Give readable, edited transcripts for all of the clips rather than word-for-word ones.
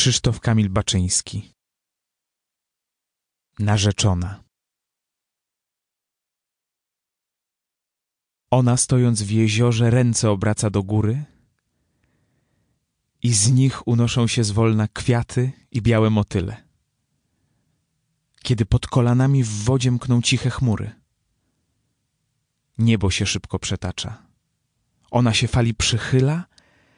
Krzysztof Kamil Baczyński. Narzeczona. Ona, stojąc w jeziorze, ręce obraca do góry i z nich unoszą się zwolna kwiaty i białe motyle. Kiedy pod kolanami w wodzie mkną ciche chmury. Niebo się szybko przetacza. Ona się fali przychyla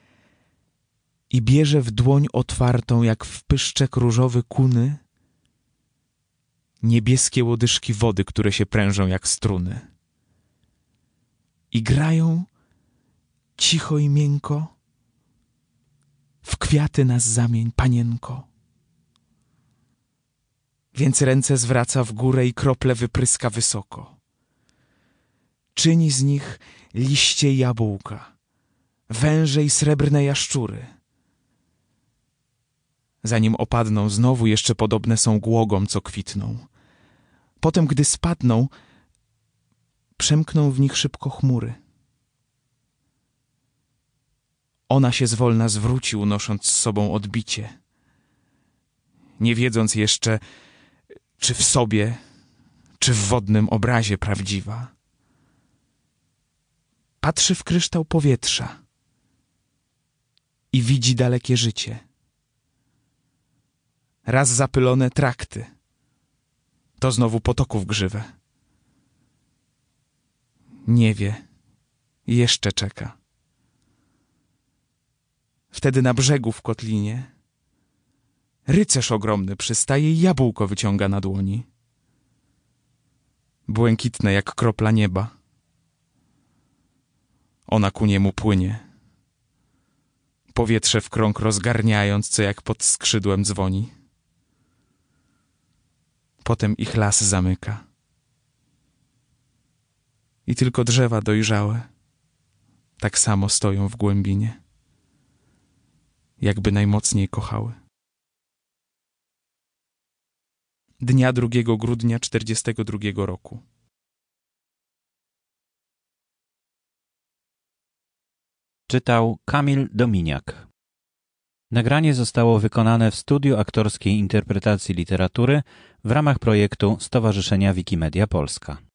i bierze w dłoń otwartą, jak w pyszczek różowy kuny, niebieskie łodyżki wody, które się prężą jak struny. I grają cicho i miękko, w kwiaty nas zamień, panienko. Więc ręce zwraca w górę i krople wypryska wysoko. Czyni z nich liście i jabłka, węże i srebrne jaszczury. Zanim opadną, znowu jeszcze podobne są głogom, co kwitną. Potem, gdy spadną, przemkną w nich szybko chmury. Ona się zwolna zwróci, unosząc z sobą odbicie, nie wiedząc jeszcze, czy w sobie, czy w wodnym obrazie prawdziwa. Patrzy w kryształ powietrza i widzi dalekie życie. Raz zapylone trakty, to znowu potoków grzywę. Nie wie, jeszcze czeka. Wtedy na brzegu w kotlinie rycerz ogromny przystaje i jabłko wyciąga na dłoni. Błękitne jak kropla nieba. Ona ku niemu płynie, powietrze w krąg rozgarniając, co jak pod skrzydłem dzwoni. Potem ich las zamyka. I tylko drzewa dojrzałe tak samo stoją w głębinie, jakby najmocniej kochały. Dnia 2 grudnia 1942 roku. Czytał Kamil Dominiak. Nagranie zostało wykonane w studiu aktorskiej interpretacji literatury w ramach projektu Stowarzyszenia Wikimedia Polska.